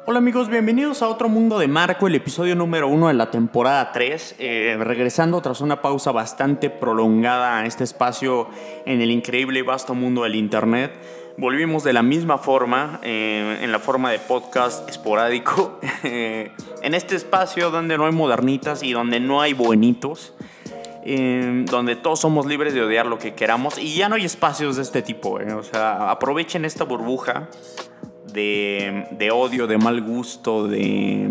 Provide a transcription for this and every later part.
Hola amigos, bienvenidos a Otro Mundo de Marco, el episodio número 1 de la temporada 3. Regresando tras una pausa bastante prolongada a este espacio en el increíble y vasto mundo del internet. Volvimos de la misma forma, en la forma de podcast esporádico, en este espacio donde no hay modernitas y donde no hay buenitos. Donde todos somos libres de odiar lo que queramos y ya no hay espacios de este tipo. O sea, aprovechen esta burbuja de odio, de mal gusto, de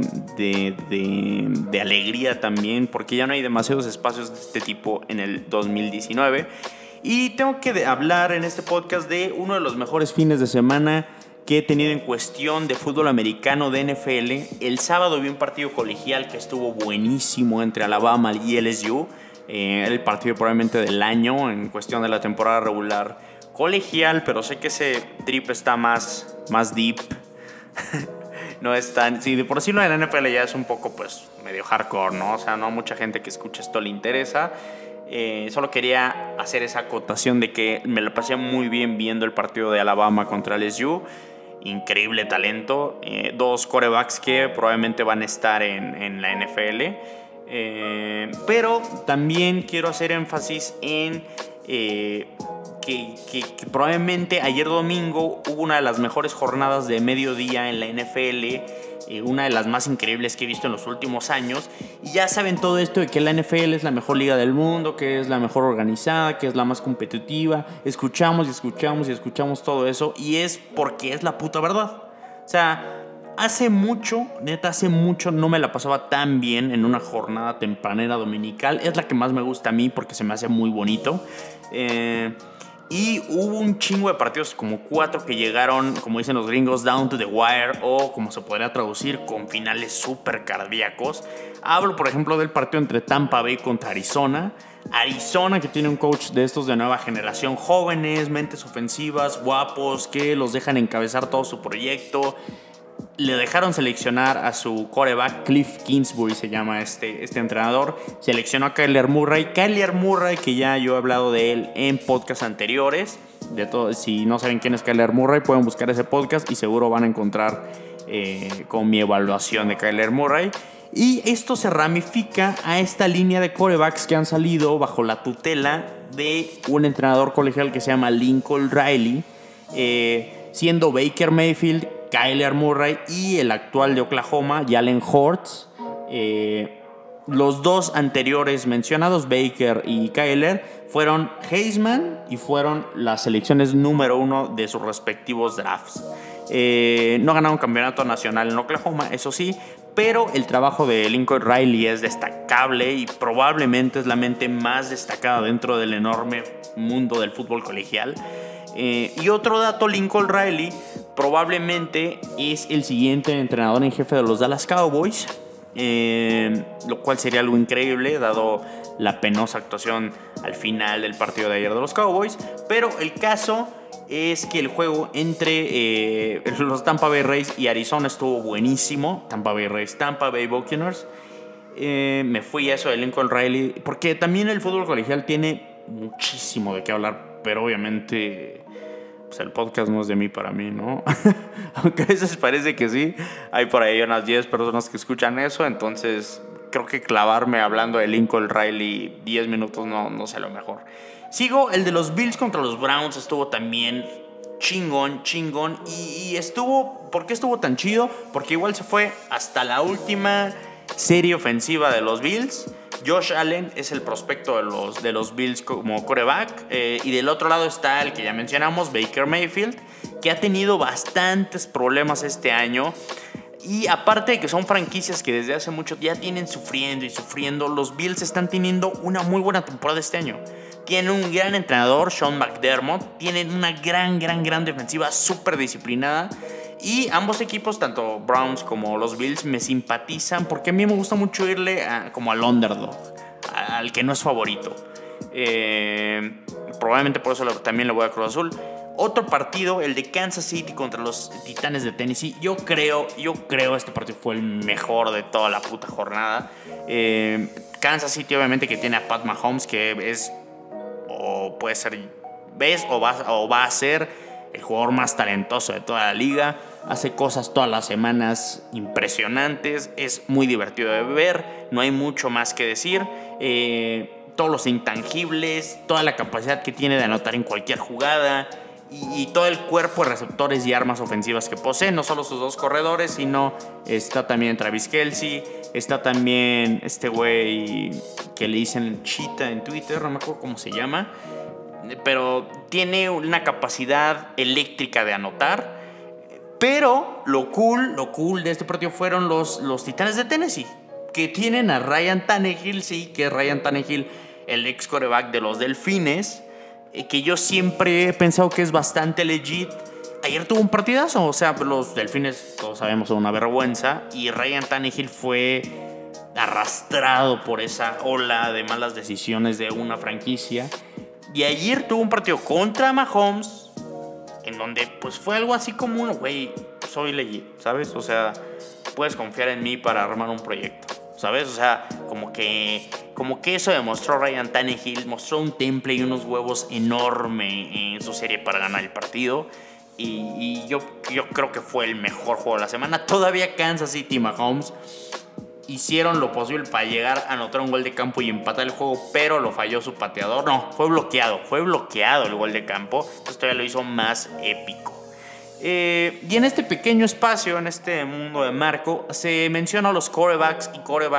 alegría también, porque ya no hay demasiados espacios de este tipo en el 2019. Y tengo que hablar en este podcast de uno de los mejores fines de semana que he tenido en cuestión de fútbol americano de NFL. El sábado vi un partido colegial que estuvo buenísimo entre Alabama y LSU. El partido probablemente del año en cuestión de la temporada regular colegial, pero sé que ese trip está más deep. No es tan... Sí, de por sí lo de la NFL ya es un poco, pues, medio hardcore, ¿no? O sea, no a mucha gente que escucha esto le interesa. Solo quería hacer esa acotación de que me la pasé muy bien viendo el partido de Alabama contra LSU. Increíble talento. Dos quarterbacks que probablemente van a estar en la NFL. Pero también quiero hacer énfasis en que probablemente ayer domingo hubo una de las mejores jornadas de mediodía en la NFL, una de las más increíbles que he visto en los últimos años. Y ya saben todo esto de que la NFL es la mejor liga del mundo, que es la mejor organizada, que es la más competitiva. Escuchamos todo eso y es porque es la puta verdad. O sea, hace mucho no me la pasaba tan bien en una jornada tempranera dominical. Es la que más me gusta a mí porque se me hace muy bonito. Y hubo un chingo de partidos, como 4 que llegaron, como dicen los gringos, down to the wire, o como se podría traducir, con finales súper cardíacos. Hablo, por ejemplo, del partido entre Tampa Bay contra Arizona. Arizona, que tiene un coach de estos de nueva generación, jóvenes, mentes ofensivas, guapos, que los dejan encabezar todo su proyecto. Le dejaron seleccionar a su quarterback, Cliff Kingsbury se llama este entrenador. Seleccionó a Kyler Murray. Kyler Murray, que ya yo he hablado de él en podcasts anteriores. Si no saben quién es Kyler Murray, pueden buscar ese podcast y seguro van a encontrar con mi evaluación de Kyler Murray. Y esto se ramifica a esta línea de quarterbacks que han salido bajo la tutela de un entrenador colegial que se llama Lincoln Riley, siendo Baker Mayfield, Kyler Murray y el actual de Oklahoma, Jalen Hurts. Los dos anteriores mencionados, Baker y Kyler, fueron Heisman y fueron las selecciones número 1 de sus respectivos drafts. No ganaron campeonato nacional en Oklahoma, eso sí, pero el trabajo de Lincoln Riley es destacable y probablemente es la mente más destacada dentro del enorme mundo del fútbol colegial. Y otro dato, Lincoln Riley probablemente es el siguiente entrenador en jefe de los Dallas Cowboys, lo cual sería algo increíble dado la penosa actuación al final del partido de ayer de los Cowboys. Pero el caso es que el juego entre los Tampa Bay Rays y Arizona estuvo buenísimo. Tampa Bay Rays, Tampa Bay Buccaneers. Me fui a eso de Lincoln Riley porque también el fútbol colegial tiene muchísimo de qué hablar, pero obviamente pues el podcast no es de mí para mí, ¿no? Aunque a veces parece que sí. Hay por ahí unas 10 personas que escuchan eso, entonces creo que clavarme hablando de Lincoln Riley 10 minutos no sea lo mejor. Sigo, el de los Bills contra los Browns estuvo también chingón. Y estuvo, ¿por qué estuvo tan chido? Porque igual se fue hasta la última serie ofensiva de los Bills. Josh Allen es el prospecto de los Bills como quarterback. Y del otro lado está el que ya mencionamos, Baker Mayfield, que ha tenido bastantes problemas este año. Y aparte de que son franquicias que desde hace mucho ya tienen sufriendo, los Bills están teniendo una muy buena temporada este año. Tienen un gran entrenador, Sean McDermott. Tienen una gran defensiva súper disciplinada. Y ambos equipos, tanto Browns como los Bills, me simpatizan porque a mí me gusta mucho irle como al underdog, al que no es favorito. Probablemente por eso también le voy a Cruz Azul. Otro partido, el de Kansas City contra los Titanes de Tennessee. Yo creo este partido fue el mejor de toda la puta jornada. Kansas City obviamente que tiene a Pat Mahomes, que es, o puede ser, o va a ser el jugador más talentoso de toda la liga. Hace cosas todas las semanas impresionantes. Es muy divertido de ver. No hay mucho más que decir. Todos los intangibles, toda la capacidad que tiene de anotar en cualquier jugada y todo el cuerpo de receptores y armas ofensivas que posee. No solo sus 2 corredores, sino está también Travis Kelce, está también este güey que le dicen Cheetah en Twitter, no me acuerdo cómo se llama, pero tiene una capacidad eléctrica de anotar. Pero lo cool de este partido fueron los Titanes de Tennessee, que tienen a Ryan Tannehill, sí, que es Ryan Tannehill, el ex quarterback de los Delfines, que yo siempre he pensado que es bastante legit. Ayer tuvo un partidazo, o sea, los Delfines, todos sabemos, son una vergüenza, y Ryan Tannehill fue arrastrado por esa ola de malas decisiones de una franquicia. Y ayer tuvo un partido contra Mahomes, en donde pues fue algo así como uno, güey, soy legit, ¿sabes? O sea, puedes confiar en mí para armar un proyecto, ¿sabes? O sea, como que eso demostró Ryan Tannehill, mostró un temple y unos huevos enorme en su serie para ganar el partido. Y yo creo que fue el mejor juego de la semana. Todavía Kansas City y Mahomes hicieron lo posible para llegar a anotar un gol de campo y empatar el juego, pero lo falló su pateador. No, fue bloqueado el gol de campo. Entonces todavía lo hizo más épico. Y en este pequeño espacio, en este mundo de Marco, se menciona a los quarterbacks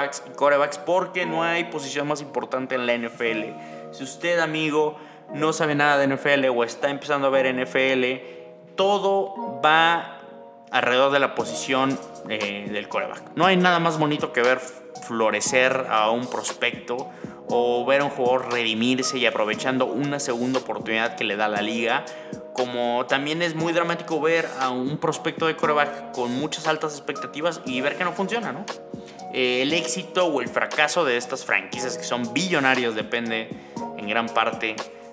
porque no hay posición más importante en la NFL. Si usted, amigo, no sabe nada de NFL o está empezando a ver NFL, todo va alrededor de la posición del quarterback. No hay nada más bonito que ver florecer a un prospecto o ver a un jugador redimirse y aprovechando una segunda oportunidad que le da la liga. Como también es muy dramático ver a un prospecto de quarterback con muchas altas expectativas y ver que no funciona, ¿no? El éxito o el fracaso de estas franquicias que son billonarios depende en gran parte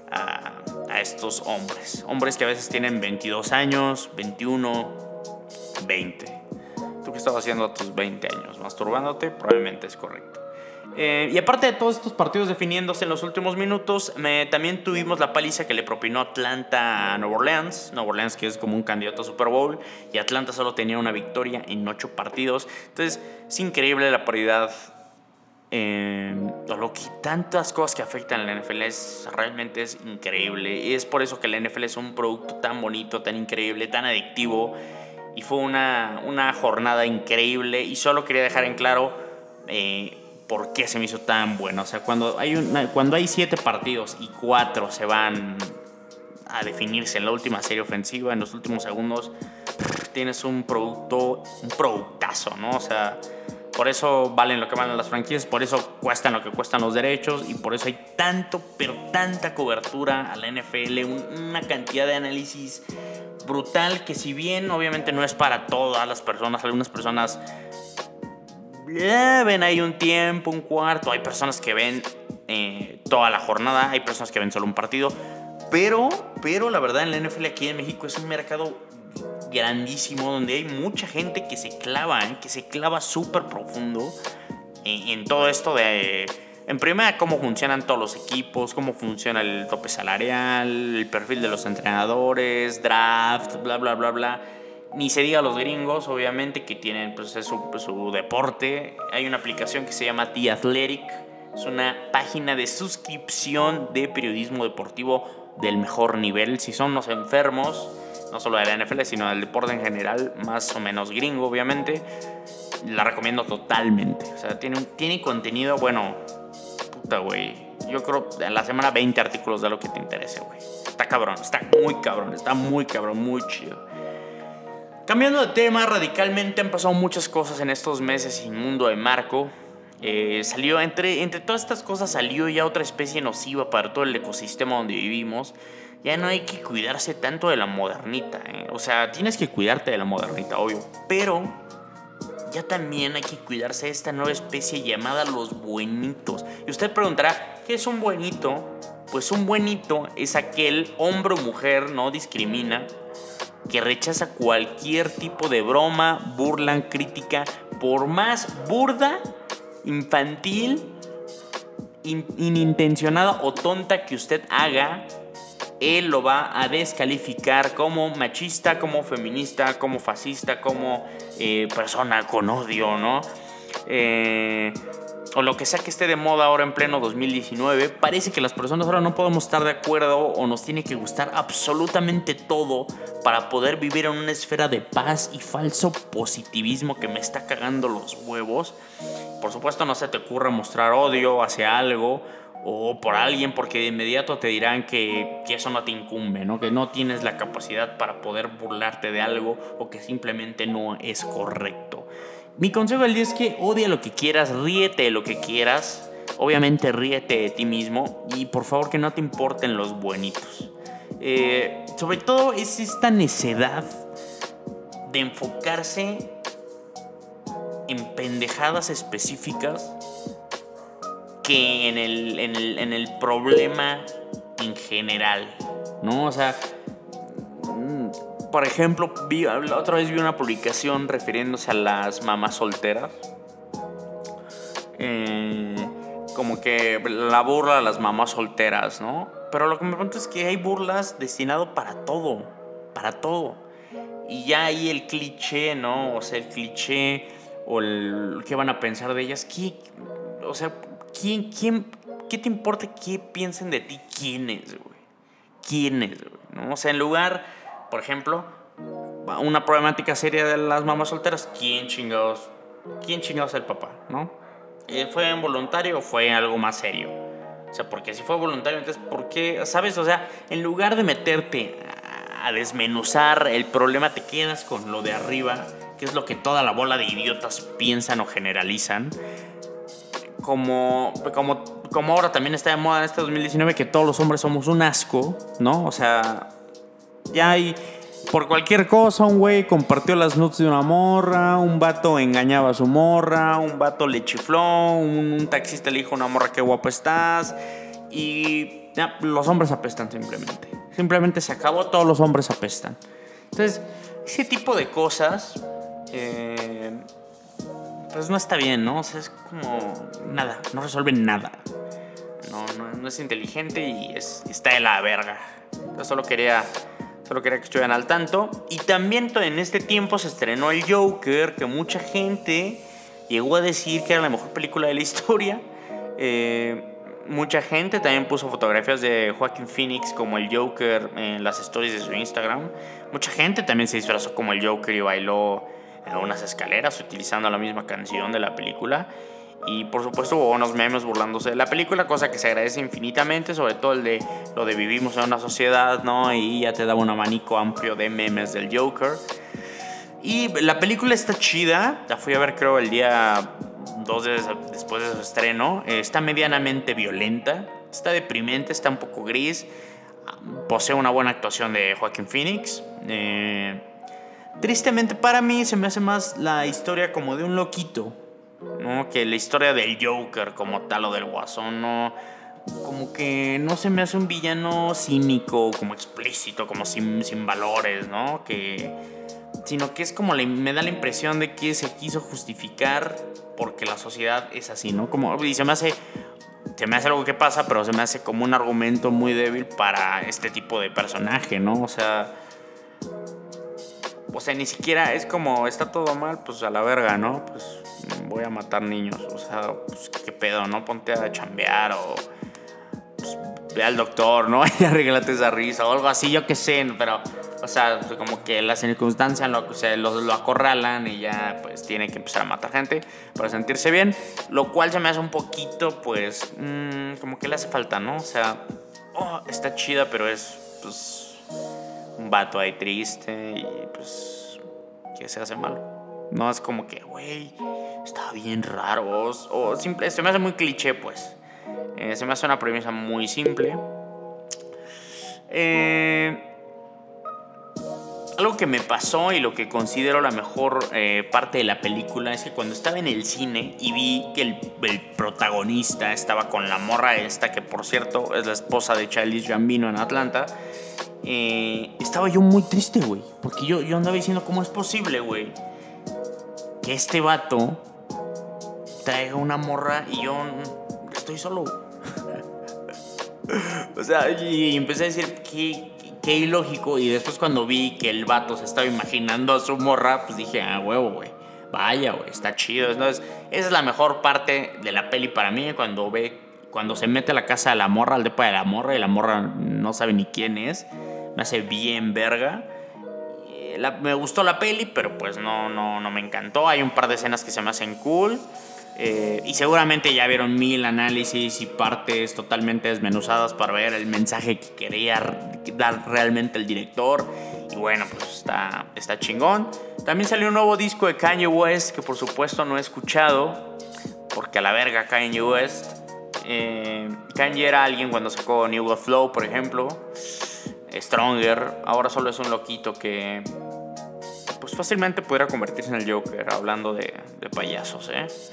a estos hombres que a veces tienen 22 años, 21, 20. ¿Tú qué estabas haciendo a tus 20 años? ¿Masturbándote? Probablemente es correcto. Y aparte de todos estos partidos definiéndose en los últimos minutos, también tuvimos la paliza que le propinó Atlanta a Nueva Orleans. Nueva Orleans, que es como un candidato a Super Bowl, y Atlanta solo tenía una victoria en 8 partidos. Entonces es increíble la paridad, lo que tantas cosas que afectan a la NFL realmente es increíble. Y es por eso que la NFL es un producto tan bonito, tan increíble, tan adictivo. Y fue una jornada increíble. Y solo quería dejar en claro por qué se me hizo tan bueno. O sea, cuando hay 7 partidos y 4 se van a definirse en la última serie ofensiva, en los últimos segundos, tienes un productazo, ¿no? O sea, por eso valen lo que valen las franquicias, por eso cuestan lo que cuestan los derechos y por eso hay tanta cobertura a la NFL, una cantidad de análisis brutal que, si bien obviamente no es para todas las personas, algunas personas ven ahí un tiempo, un cuarto, hay personas que ven toda la jornada, hay personas que ven solo un partido, pero la verdad en la NFL aquí en México es un mercado grandísimo donde hay mucha gente que se clava súper profundo en todo esto de, en primera, cómo funcionan todos los equipos, cómo funciona el tope salarial, el perfil de los entrenadores, draft, bla, bla, bla, bla. Ni se diga los gringos, obviamente, que tienen pues, su deporte. Hay una aplicación que se llama The Athletic. Es una página de suscripción de periodismo deportivo del mejor nivel. Si son los enfermos, no solo de la NFL, sino del deporte en general, más o menos gringo, obviamente, la recomiendo totalmente. O sea, tiene contenido, bueno, puta, güey. Yo creo que en la semana 20 artículos de lo que te interese, güey. Está cabrón, está muy cabrón, muy chido. Cambiando de tema radicalmente, han pasado muchas cosas en estos meses en el mundo de Marco. Salió entre todas estas cosas salió ya otra especie nociva para todo el ecosistema donde vivimos. Ya no hay que cuidarse tanto de la modernita, O sea, tienes que cuidarte de la modernita, obvio, pero ya también hay que cuidarse de esta nueva especie llamada los buenitos. Y usted preguntará, ¿qué es un buenito? Pues un buenito es aquel hombre o mujer, no discrimina, que rechaza cualquier tipo de broma, burla, crítica, por más burda, infantil, inintencionada o tonta que usted haga, él lo va a descalificar como machista, como feminista, como fascista, como persona con odio, ¿no? O lo que sea que esté de moda ahora en pleno 2019, parece que las personas ahora no podemos estar de acuerdo o nos tiene que gustar absolutamente todo para poder vivir en una esfera de paz y falso positivismo que me está cagando los huevos. Por supuesto, no se te ocurra mostrar odio hacia algo o por alguien, porque de inmediato te dirán que eso no te incumbe, ¿no? Que no tienes la capacidad para poder burlarte de algo o que simplemente no es correcto. Mi consejo del día es que odia lo que quieras, ríete de lo que quieras. Obviamente ríete de ti mismo y por favor que no te importen los buenitos. Sobre todo es esta necedad de enfocarse en pendejadas específicas que en el problema en general, ¿no? O sea, por ejemplo, la otra vez vi una publicación refiriéndose a las mamás solteras. Como que la burla a las mamás solteras, ¿no? Pero lo que me pregunto es que hay burlas destinado para todo. Para todo. Y ya ahí el cliché, ¿no? O sea, el cliché o qué van a pensar de ellas. O sea, ¿qué te importa qué piensen de ti? ¿Quiénes, güey? ¿Quiénes, güey? ¿No? O sea, en lugar, por ejemplo, una problemática seria de las mamás solteras, ¿quién chingados es el papá, no? ¿Fue involuntario o fue algo más serio? O sea, porque si fue voluntario, entonces, ¿por qué? ¿Sabes? O sea, en lugar de meterte a desmenuzar el problema, te quedas con lo de arriba, que es lo que toda la bola de idiotas piensan o generalizan. Como ahora también está de moda en este 2019 que todos los hombres somos un asco, ¿no? O sea, ya hay... Por cualquier cosa, un güey compartió las nudes de una morra, un vato engañaba a su morra, un vato le chifló, un taxista le dijo a una morra qué guapo estás. Y ya, los hombres apestan simplemente. Simplemente se acabó, todos los hombres apestan. Entonces, ese tipo de cosas, pues no está bien, ¿no? O sea, es como nada, no resuelven nada. No es inteligente y está de la verga. Yo solo quería que estuvieran al tanto. Y también en este tiempo se estrenó el Joker, que mucha gente llegó a decir que era la mejor película de la historia. Mucha gente también puso fotografías de Joaquin Phoenix como el Joker en las stories de su Instagram. Mucha gente también se disfrazó como el Joker y bailó en unas escaleras utilizando la misma canción de la película. Y por supuesto hubo unos memes burlándose de la película, cosa que se agradece infinitamente, sobre todo lo de vivimos en una sociedad, ¿no? Y ya te daba un abanico amplio de memes del Joker. Y la película está chida, la fui a ver creo el día 2 días después de su estreno. Está medianamente violenta, está deprimente, está un poco gris. Posee una buena actuación de Joaquin Phoenix. Tristemente para mí se me hace más la historia como de un loquito, ¿no? Que la historia del Joker como tal o del Guasón, no, como que no se me hace un villano cínico, como explícito, como sin valores, ¿no? Sino que es como me da la impresión de que se quiso justificar porque la sociedad es así, ¿no? Y se me hace algo que pasa, pero se me hace como un argumento muy débil para este tipo de personaje, ¿no? O sea, ni siquiera es como está todo mal, pues a la verga, ¿no? Pues voy a matar niños, o sea, pues qué pedo, ¿no? Ponte a chambear o pues, ve al doctor, ¿no? Y arréglate esa risa o algo así, yo qué sé, pero, o sea, como que las circunstancias lo acorralan y ya, pues, tiene que empezar a matar gente para sentirse bien, lo cual se me hace un poquito, pues, como que le hace falta, ¿no? O sea, está chida, pero es, pues, un vato ahí triste y, pues, que se hace malo. No es como que, güey, está bien raro. O simple, se me hace muy cliché, pues. Se me hace una premisa muy simple. Algo que me pasó y lo que considero la mejor parte de la película es que cuando estaba en el cine y vi que el protagonista estaba con la morra esta, que por cierto es la esposa de Childish Gambino en Atlanta, estaba yo muy triste, güey. Porque yo andaba diciendo, ¿cómo es posible, güey, que este vato traiga una morra y yo estoy solo? O sea, y empecé a decir qué ilógico. Y después cuando vi que el vato se estaba imaginando a su morra, pues dije, huevo, güey. Vaya, güey, está chido. Entonces, esa es la mejor parte de la peli para mí, cuando se mete a la casa de la morra, al depa de la morra, y la morra no sabe ni quién es. Me hace bien verga. Me gustó la peli, pero pues no me encantó. Hay un par de escenas que se me hacen cool. Y seguramente ya vieron 1000 análisis y partes totalmente desmenuzadas para ver el mensaje que quería dar realmente el director. Y bueno, pues está chingón. También salió un nuevo disco de Kanye West que por supuesto no he escuchado, porque a la verga Kanye West. Kanye era alguien cuando sacó New God Flow, por ejemplo, Stronger. Ahora solo es un loquito que pues fácilmente pudiera convertirse en el Joker, hablando de payasos,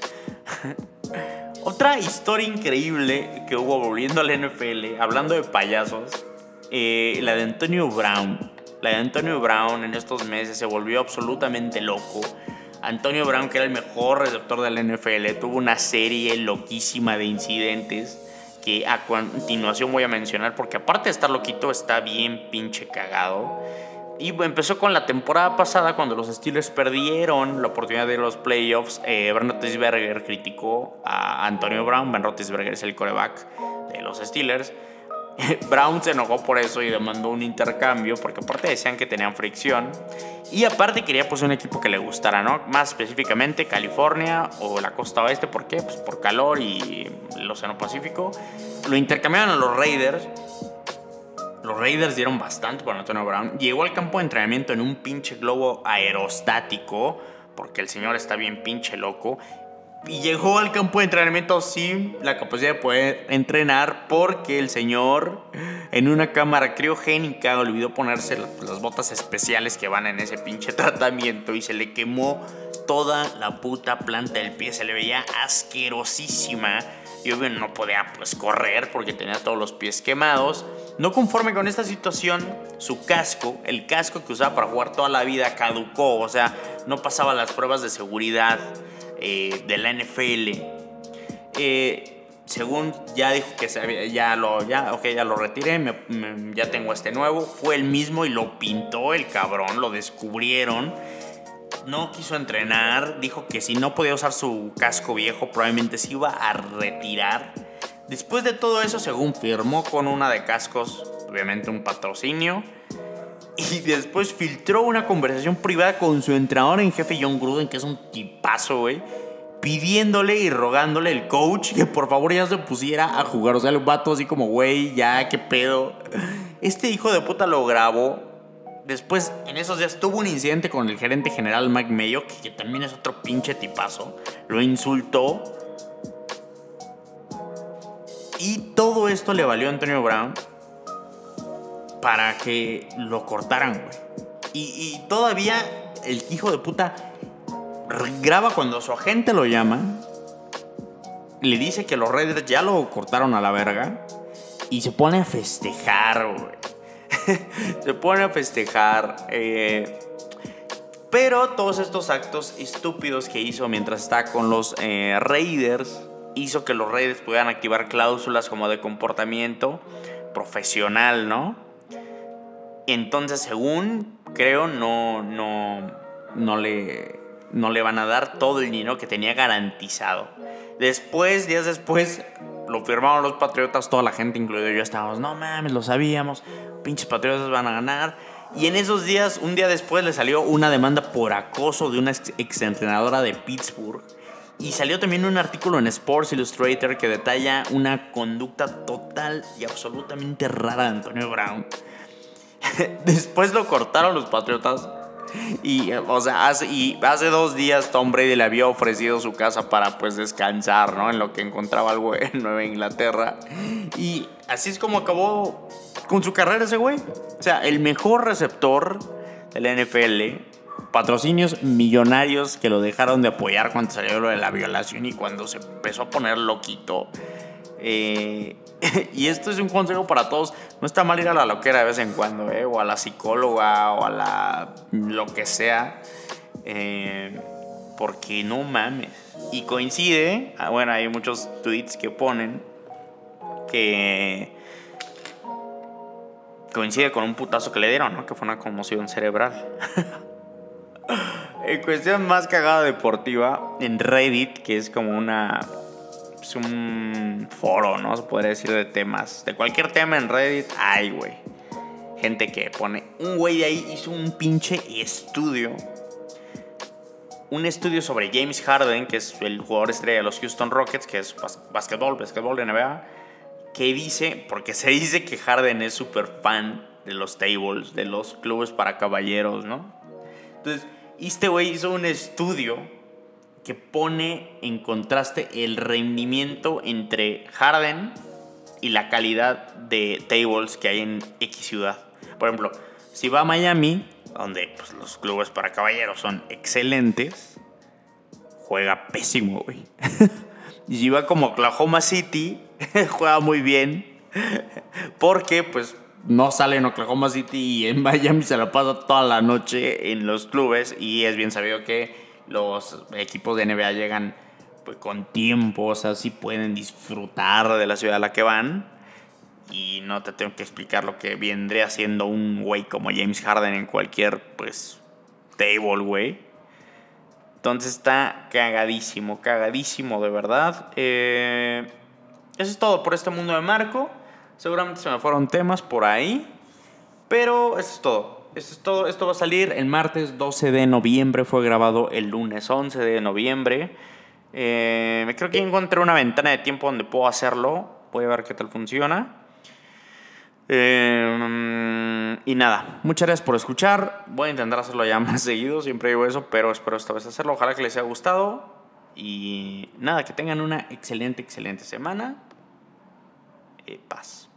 Otra historia increíble que hubo volviendo al NFL, hablando de payasos, la de Antonio Brown. La de Antonio Brown en estos meses se volvió absolutamente loco. Antonio Brown, que era el mejor receptor de la NFL, tuvo una serie loquísima de incidentes que a continuación voy a mencionar, porque aparte de estar loquito, está bien pinche cagado. Y empezó con la temporada pasada, cuando los Steelers perdieron la oportunidad de los playoffs. Ben Roethlisberger criticó a Antonio Brown. Ben Roethlisberger es el quarterback de los Steelers. Brown se enojó por eso y demandó un intercambio, porque aparte decían que tenían fricción y aparte quería pues un equipo que le gustara, ¿no? Más específicamente California o la costa oeste. ¿Por qué? Pues por calor y el Océano Pacífico. Lo intercambiaron a los Raiders. Los Raiders dieron bastante por Antonio Brown. Llegó al campo de entrenamiento en un pinche globo aerostático, porque el señor está bien pinche loco. Y llegó al campo de entrenamiento sin la capacidad de poder entrenar, porque el señor, en una cámara criogénica, olvidó ponerse las botas especiales que van en ese pinche tratamiento y se le quemó toda la puta planta del pie. Se le veía asquerosísima. Y obvio no podía pues correr porque tenía todos los pies quemados. No conforme con esta situación, su casco, el casco que usaba para jugar toda la vida, caducó. O sea, no pasaba las pruebas de seguridad de la NFL. Según ya dijo que ya lo retiré, ya tengo este nuevo. Fue el mismo y lo pintó el cabrón, lo descubrieron. No quiso entrenar, dijo que si no podía usar su casco viejo probablemente se iba a retirar. Después de todo eso, según firmó con una de cascos, obviamente un patrocinio, y después filtró una conversación privada con su entrenador en jefe John Gruden, que es un tipazo, güey, pidiéndole y rogándole el coach que por favor ya se pusiera a jugar. O sea, el vato así como, güey, ya, qué pedo. Este hijo de puta lo grabó. Después, en esos días, tuvo un incidente con el gerente general Mike Mayo, que también es otro pinche tipazo. Lo insultó. Y todo esto le valió a Antonio Brown para que lo cortaran, güey. Y todavía el hijo de puta graba cuando su agente lo llama. Le dice que los Raiders ya lo cortaron a la verga. Y se pone a festejar, güey. Se pone a festejar. Pero todos estos actos estúpidos que hizo mientras está con los Raiders hizo que los Raiders pudieran activar cláusulas como de comportamiento profesional, ¿no? Entonces, según creo, no le van a dar todo el dinero que tenía garantizado. Después, días después, lo firmaron los Patriotas. Toda la gente, incluido yo, estábamos, no mames, lo sabíamos, pinches Patriotas van a ganar. Y en esos días, un día después, le salió una demanda por acoso de una exentrenadora de Pittsburgh. Y salió también un artículo en Sports Illustrated que detalla una conducta total y absolutamente rara de Antonio Brown. Después lo cortaron los Patriotas. Y, o sea, hace 2 días Tom Brady le había ofrecido su casa para pues descansar, ¿no? En lo que encontraba algo en Nueva Inglaterra. Y así es como acabó con su carrera ese güey. O sea, el mejor receptor de la NFL. Patrocinios millonarios que lo dejaron de apoyar cuando salió lo de la violación y cuando se empezó a poner loquito. Y esto es un consejo para todos. No está mal ir a la loquera de vez en cuando, o a la psicóloga o a lo que sea, porque no mames. Y coincide, bueno, hay muchos tweets que ponen que coincide con un putazo que le dieron, ¿no? Que fue una conmoción cerebral. En cuestión más cagada deportiva, en Reddit, que es como es un foro, ¿no? Se podría decir de temas. De cualquier tema en Reddit, ay, güey. Gente que pone. Un güey de ahí hizo un pinche estudio. Un estudio sobre James Harden, que es el jugador estrella de los Houston Rockets, que es básquetbol de NBA. Que dice, porque se dice que Harden es súper fan de los tables, de los clubes para caballeros, ¿no? Entonces, este güey hizo un estudio que pone en contraste el rendimiento entre Harden y la calidad de tables que hay en X ciudad. Por ejemplo, si va a Miami, donde pues, los clubes para caballeros son excelentes, juega pésimo, güey. Y si va como Oklahoma City, juega muy bien, porque pues no sale en Oklahoma City y en Miami se la pasa toda la noche en los clubes. Y es bien sabido que los equipos de NBA llegan pues, con tiempo, o sea, sí pueden disfrutar de la ciudad a la que van. Y no te tengo que explicar lo que vendría siendo un güey como James Harden en cualquier pues table, güey. Entonces está cagadísimo de verdad. Eso es todo por este mundo de Marco. Seguramente se me fueron temas por ahí. Pero eso es todo. Eso es todo. Esto va a salir el martes 12 de noviembre. Fue grabado el lunes 11 de noviembre. Creo que encontré una ventana de tiempo donde puedo hacerlo. Voy a ver qué tal funciona. Y nada, muchas gracias por escuchar. Voy a intentar hacerlo ya más seguido, siempre digo eso, pero espero esta vez hacerlo. Ojalá que les haya gustado. Y nada, que tengan una excelente semana. Paz.